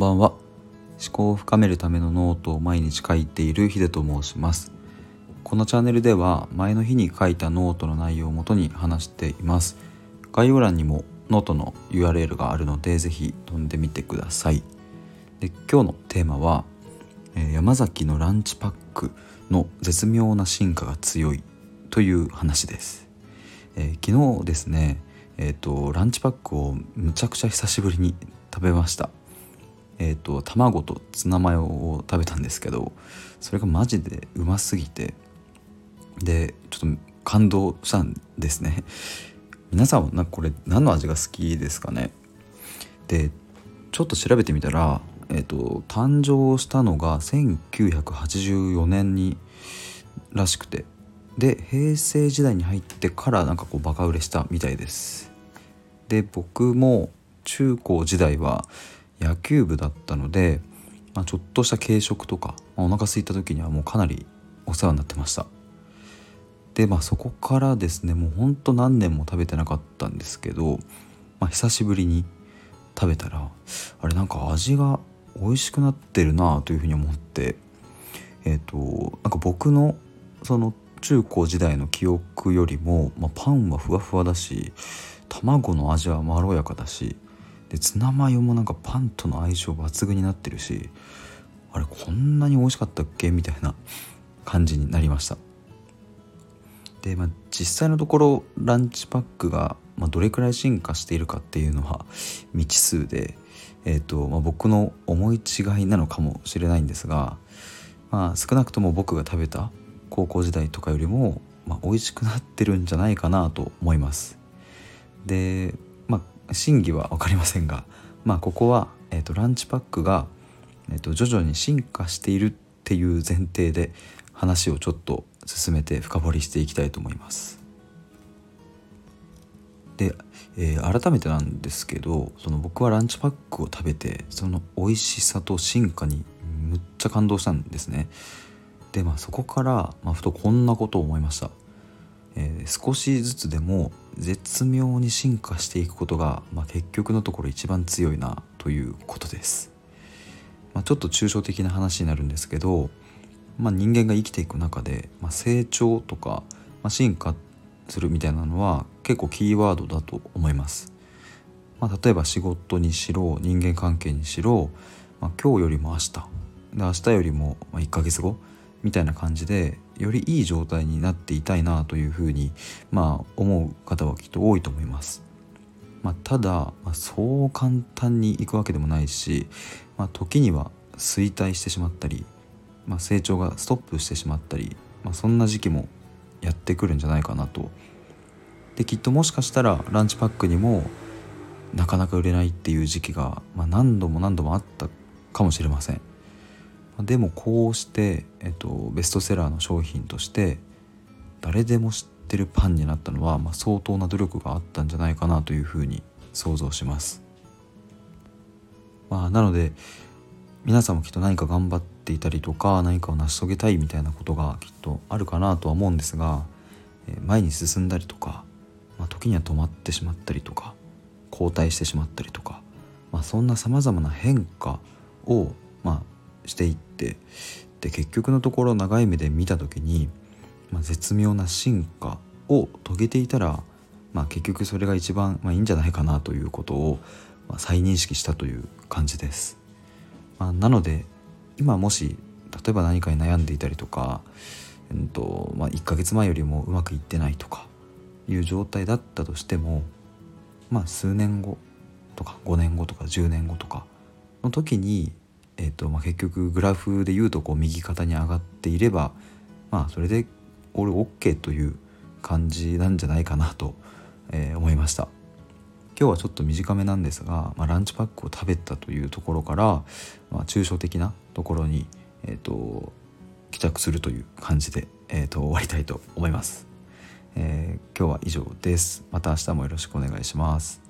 んばんは。思考を深めるためのノートを毎日書いているヒデと申します。このチャンネルでは前の日に書いたノートの内容をもとに話しています。概要欄にもノートの URL があるのでぜひ飛んでみてください。で、今日のテーマは、山崎のランチパックの絶妙な進化が強いという話です。昨日ですね、ランチパックをむちゃくちゃ久しぶりに食べました。卵とツナマヨを食べたんですけど、それがマジでうますぎて、でちょっと感動したんですね。皆さんはこれ何の味が好きですかね。でちょっと調べてみたら、誕生したのが1984年にらしくて、で平成時代に入ってからバカ売れしたみたいです。で僕も中高時代は野球部だったので、ちょっとした軽食とか、お腹空いた時にはもうかなりお世話になってました。でそこからですね、もうほんと何年も食べてなかったんですけど、久しぶりに食べたら味が美味しくなってるなというふうに思って、僕のその中高時代の記憶よりも、パンはふわふわだし、卵の味はまろやかだし、でツナマヨもパンとの相性抜群になってるし、あれこんなに美味しかったっけみたいな感じになりました。で、実際のところランチパックが、どれくらい進化しているかっていうのは未知数で、僕の思い違いなのかもしれないんですが、少なくとも僕が食べた高校時代とかよりも、美味しくなってるんじゃないかなと思います。で真偽は分かりませんが、ここは、ランチパックが、徐々に進化しているっていう前提で話をちょっと進めて深掘りしていきたいと思います。で、改めてなんですけど、僕はランチパックを食べてその美味しさと進化にむっちゃ感動したんですね。でそこから、ふとこんなことを思いました。少しずつでも絶妙に進化していくことが、結局のところ一番強いなということです。ちょっと抽象的な話になるんですけど、人間が生きていく中で、成長とか、進化するみたいなのは結構キーワードだと思います。例えば仕事にしろ人間関係にしろ、今日よりも明日で、明日よりも1ヶ月後みたいな感じでよりいい状態になっていたいなというふうに思う方はきっと多いと思います。ただ、そう簡単にいくわけでもないし、時には衰退してしまったり、成長がストップしてしまったり、そんな時期もやってくるんじゃないかなと。できっともしかしたらランチパックにもなかなか売れないっていう時期が、何度も何度もあったかもしれません。でもこうして、ベストセラーの商品として誰でも知ってるパンになったのは、相当な努力があったんじゃないかなというふうに想像します。なので皆さんもきっと何か頑張っていたりとか、何かを成し遂げたいみたいなことがきっとあるかなとは思うんですが、前に進んだりとか、時には止まってしまったりとか、後退してしまったりとか、そんなさまざまな変化をしていって、で結局のところ長い目で見た時に、絶妙な進化を遂げていたら、結局それが一番、いいんじゃないかなということを、再認識したという感じです。なので今もし例えば何かに悩んでいたりとか、1ヶ月前よりもうまくいってないとかいう状態だったとしても、数年後とか5年後とか10年後とかの時に、結局グラフでいうと右肩に上がっていれば、それで俺 OK という感じなんじゃないかなと、思いました。今日はちょっと短めなんですが、ランチパックを食べたというところから、抽象的なところに、帰着するという感じで、終わりたいと思います。今日は以上です。また明日もよろしくお願いします。